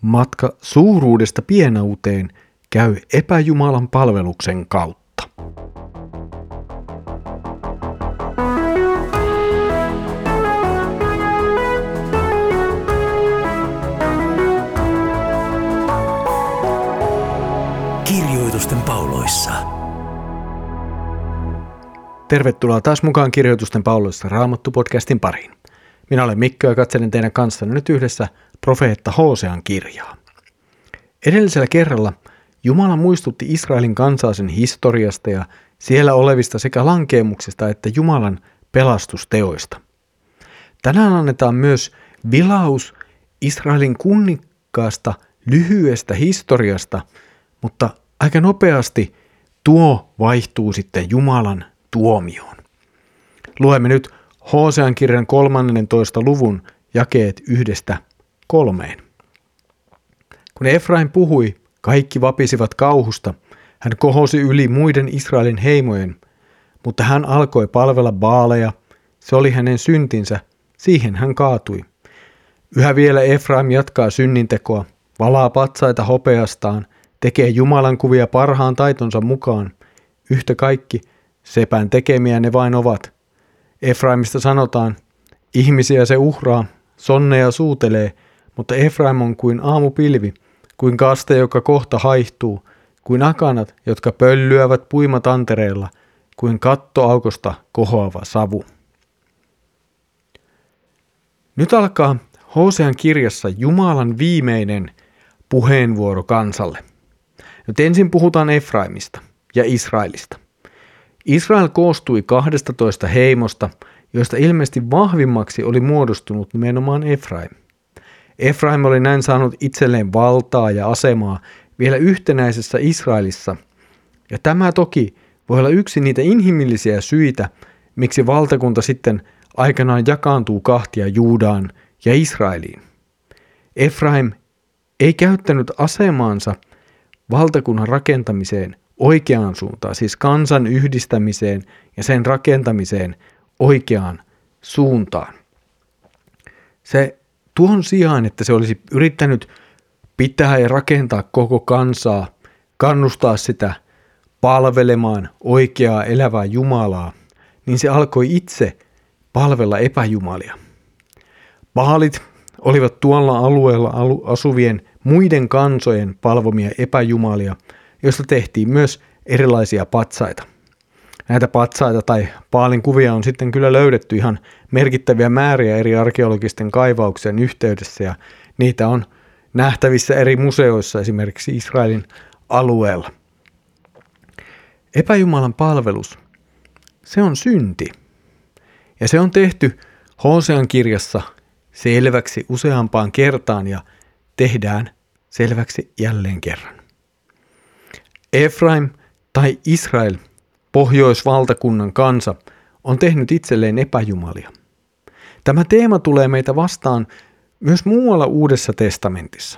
Matka suuruudesta pienauteen käy epäjumalan palveluksen kautta. Kirjoitusten pauloissa. Tervetuloa taas mukaan Kirjoitusten pauloissa Raamattu-podcastin pariin. Minä olen Mikko ja katselen teidän kanssanne nyt yhdessä profeetta Hosean kirjaa. Edellisellä kerralla Jumala muistutti Israelin kansaa sen historiasta ja siellä olevista sekä lankeemuksista että Jumalan pelastusteoista. Tänään annetaan myös vilaus Israelin kunnikkaasta lyhyestä historiasta, mutta aika nopeasti tuo vaihtuu sitten Jumalan tuomioon. Luemme nyt Hosean kirjan 13. luvun jakeet 1-3. Kun Efraim puhui, kaikki vapisivat kauhusta. Hän kohosi yli muiden Israelin heimojen, mutta hän alkoi palvella Baaleja. Se oli hänen syntinsä, siihen hän kaatui. Yhä vielä Efraim jatkaa synnintekoa, valaa patsaita hopeastaan, tekee Jumalan kuvia parhaan taitonsa mukaan. Yhtä kaikki, sepän tekemiä ne vain ovat. Efraimista sanotaan, ihmisiä se uhraa, sonneja suutelee, mutta Efraim on kuin aamupilvi, kuin kaste, joka kohta haihtuu, kuin akanat, jotka pöllyävät puimatantereella, kuin kattoaukosta kohoava savu. Nyt alkaa Hosean kirjassa Jumalan viimeinen puheenvuoro kansalle. Nyt ensin puhutaan Efraimista ja Israelista. Israel koostui 12 heimosta, joista ilmeisesti vahvimmaksi oli muodostunut nimenomaan Efraim. Efraim oli näin saanut itselleen valtaa ja asemaa vielä yhtenäisessä Israelissa, ja tämä toki voi olla yksi niitä inhimillisiä syitä, miksi valtakunta sitten aikanaan jakaantuu kahtia Juudaan ja Israeliin. Efraim ei käyttänyt asemaansa valtakunnan rakentamiseen oikeaan suuntaan, siis kansan yhdistämiseen ja sen rakentamiseen oikeaan suuntaan. Se tuon sijaan, että se olisi yrittänyt pitää ja rakentaa koko kansaa, kannustaa sitä palvelemaan oikeaa elävää Jumalaa, niin se alkoi itse palvella epäjumalia. Baalit olivat tuolla alueella asuvien muiden kansojen palvomia epäjumalia, joista tehtiin myös erilaisia patsaita. Näitä patsaita tai Baalin kuvia on sitten kyllä löydetty ihan merkittäviä määriä eri arkeologisten kaivauksien yhteydessä, ja niitä on nähtävissä eri museoissa esimerkiksi Israelin alueella. Epäjumalan palvelus, se on synti. Ja se on tehty Hosean kirjassa selväksi useampaan kertaan ja tehdään selväksi jälleen kerran. Efraim tai Israel, pohjoisvaltakunnan kansa, on tehnyt itselleen epäjumalia. Tämä teema tulee meitä vastaan myös muualla Uudessa testamentissa.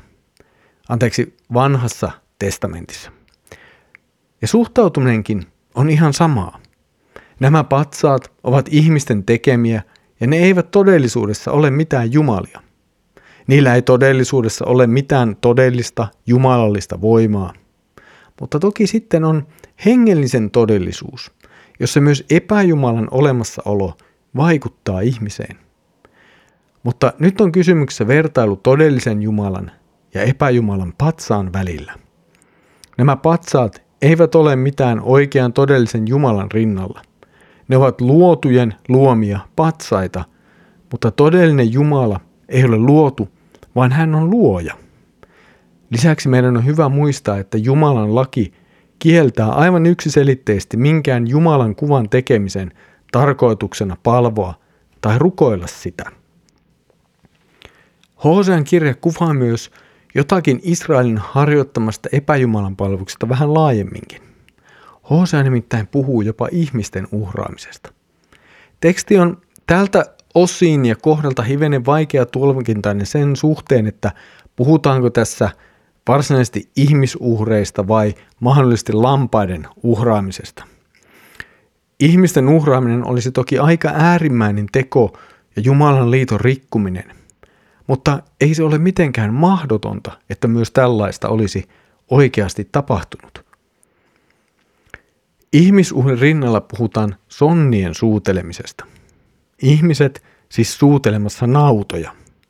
Vanhassa testamentissa. Ja suhtautuminenkin on ihan samaa. Nämä patsaat ovat ihmisten tekemiä ja ne eivät todellisuudessa ole mitään jumalia. Niillä ei todellisuudessa ole mitään todellista jumalallista voimaa. Mutta toki sitten on hengellisen todellisuus, jossa myös epäjumalan olemassaolo vaikuttaa ihmiseen. Mutta nyt on kysymyksessä vertailu todellisen Jumalan ja epäjumalan patsaan välillä. Nämä patsaat eivät ole mitään oikean todellisen Jumalan rinnalla. Ne ovat luotujen luomia patsaita, mutta todellinen Jumala ei ole luotu, vaan hän on luoja. Lisäksi meidän on hyvä muistaa, että Jumalan laki kieltää aivan yksiselitteisesti minkään Jumalan kuvan tekemisen tarkoituksena palvoa tai rukoilla sitä. Hosean kirja kuvaa myös jotakin Israelin harjoittamasta epäjumalan palveluksesta vähän laajemminkin. Hosea nimittäin puhuu jopa ihmisten uhraamisesta. Teksti on tältä osin ja kohdalta hivenen vaikea tulkintainen sen suhteen, että puhutaanko tässä varsinaisesti ihmisuhreista vai mahdollisesti lampaiden uhraamisesta. Ihmisten uhraaminen olisi toki aika äärimmäinen teko ja Jumalan liiton rikkuminen, Mutta ei se ole mitenkään mahdotonta, että myös tällaista olisi oikeasti tapahtunut. Ihmisuhrin rinnalla puhutaan sonnien suutelemisesta. Ihmiset siis suutelemassa nautoja.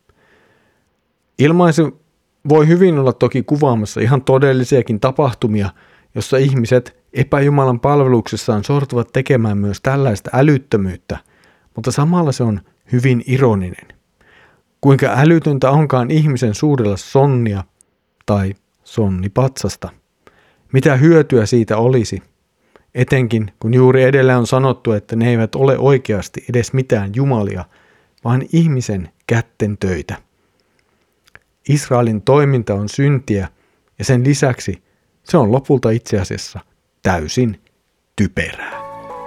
Ilmaisu voi hyvin olla toki kuvaamassa ihan todellisiakin tapahtumia, jossa ihmiset epäjumalan palveluksessaan sortuvat tekemään myös tällaista älyttömyyttä, mutta samalla se on hyvin ironinen. Kuinka älytöntä onkaan ihmisen suudella sonnia tai sonnipatsasta. Mitä hyötyä siitä olisi? Etenkin kun juuri edellä on sanottu, että ne eivät ole oikeasti edes mitään jumalia, vaan ihmisen kätten töitä. Israelin toiminta on syntiä ja sen lisäksi se on lopulta itse asiassa täysin typerää.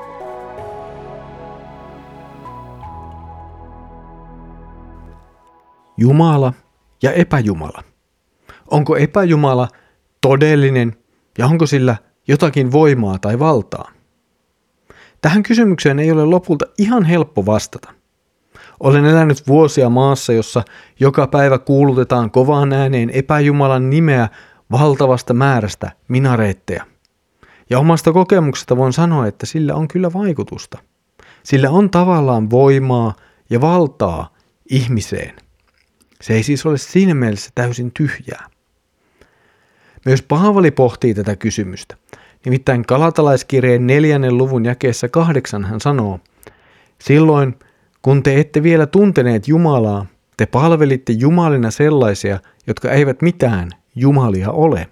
Jumala ja epäjumala. Onko epäjumala todellinen ja onko sillä jotakin voimaa tai valtaa? Tähän kysymykseen ei ole lopulta ihan helppo vastata. Olen elänyt vuosia maassa, jossa joka päivä kuulutetaan kovaan ääneen epäjumalan nimeä valtavasta määrästä minareetteja. Ja omasta kokemuksesta voin sanoa, että sillä on kyllä vaikutusta. Sillä on tavallaan voimaa ja valtaa ihmiseen. Se ei siis ole siinä mielessä täysin tyhjää. Myös Paavali pohtii tätä kysymystä. Nimittäin Galatalaiskirjeen 4. luvun jakeessa 8 hän sanoo, silloin kun te ette vielä tunteneet Jumalaa, te palvelitte jumalina sellaisia, jotka eivät mitään jumalia ole.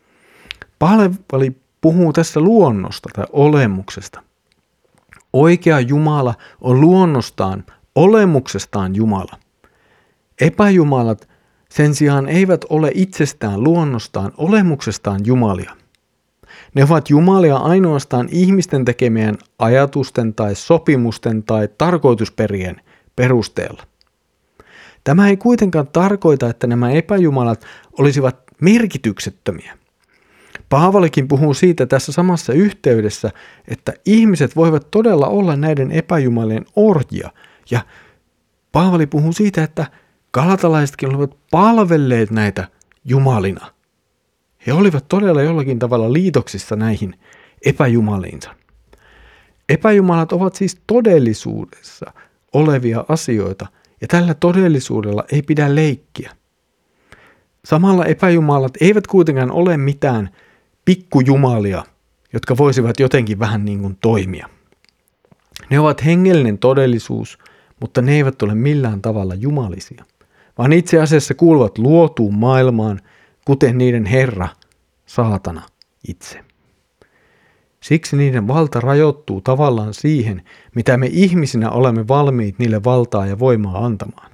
Paavali puhuu tässä luonnosta tai olemuksesta. Oikea Jumala on luonnostaan, olemuksestaan Jumala. Epäjumalat sen sijaan eivät ole itsestään luonnostaan, olemuksestaan jumalia. Ne ovat jumalia ainoastaan ihmisten tekemien ajatusten tai sopimusten tai tarkoitusperien perusteella. Tämä ei kuitenkaan tarkoita, että nämä epäjumalat olisivat merkityksettömiä. Paavalikin puhuu siitä tässä samassa yhteydessä, että ihmiset voivat todella olla näiden epäjumalien orjia. Ja Paavali puhuu siitä, että galatalaisetkin olivat palvelleet näitä jumalina. He olivat todella jollakin tavalla liitoksissa näihin epäjumaliinsa. Epäjumalat ovat siis todellisuudessa olevia asioita, ja tällä todellisuudella ei pidä leikkiä. Samalla epäjumalat eivät kuitenkaan ole mitään pikkujumalia, jotka voisivat jotenkin vähän niin kuin toimia. Ne ovat hengellinen todellisuus, mutta ne eivät ole millään tavalla jumalisia, vaan itse asiassa kuuluvat luotuun maailmaan, kuten niiden herra, saatana itse. Siksi niiden valta rajoittuu tavallaan siihen, mitä me ihmisinä olemme valmiit niille valtaa ja voimaa antamaan.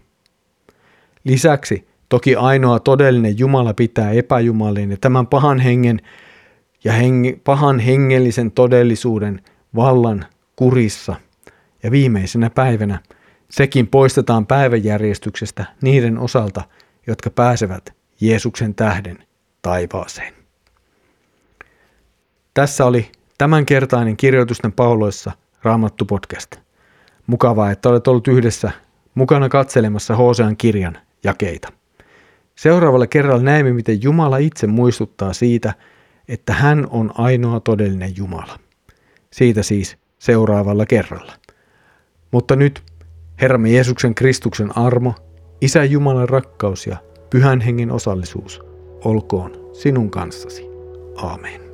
Lisäksi toki ainoa todellinen Jumala pitää epäjumalien ja tämän pahan hengen ja pahan hengellisen todellisuuden vallan kurissa. Ja viimeisenä päivänä sekin poistetaan päiväjärjestyksestä niiden osalta, jotka pääsevät Jeesuksen tähden taivaaseen. Tässä oli tämänkertainen Kirjoitusten pauloissa Raamattu podcast. Mukavaa, että olet ollut yhdessä mukana katselemassa Hosean kirjan jakeita. Seuraavalla kerralla näemme, miten Jumala itse muistuttaa siitä, että hän on ainoa todellinen Jumala. Siitä siis seuraavalla kerralla. Mutta nyt Herramme Jeesuksen Kristuksen armo, Isän Jumalan rakkaus ja Pyhän Hengen osallisuus olkoon sinun kanssasi. Aamen.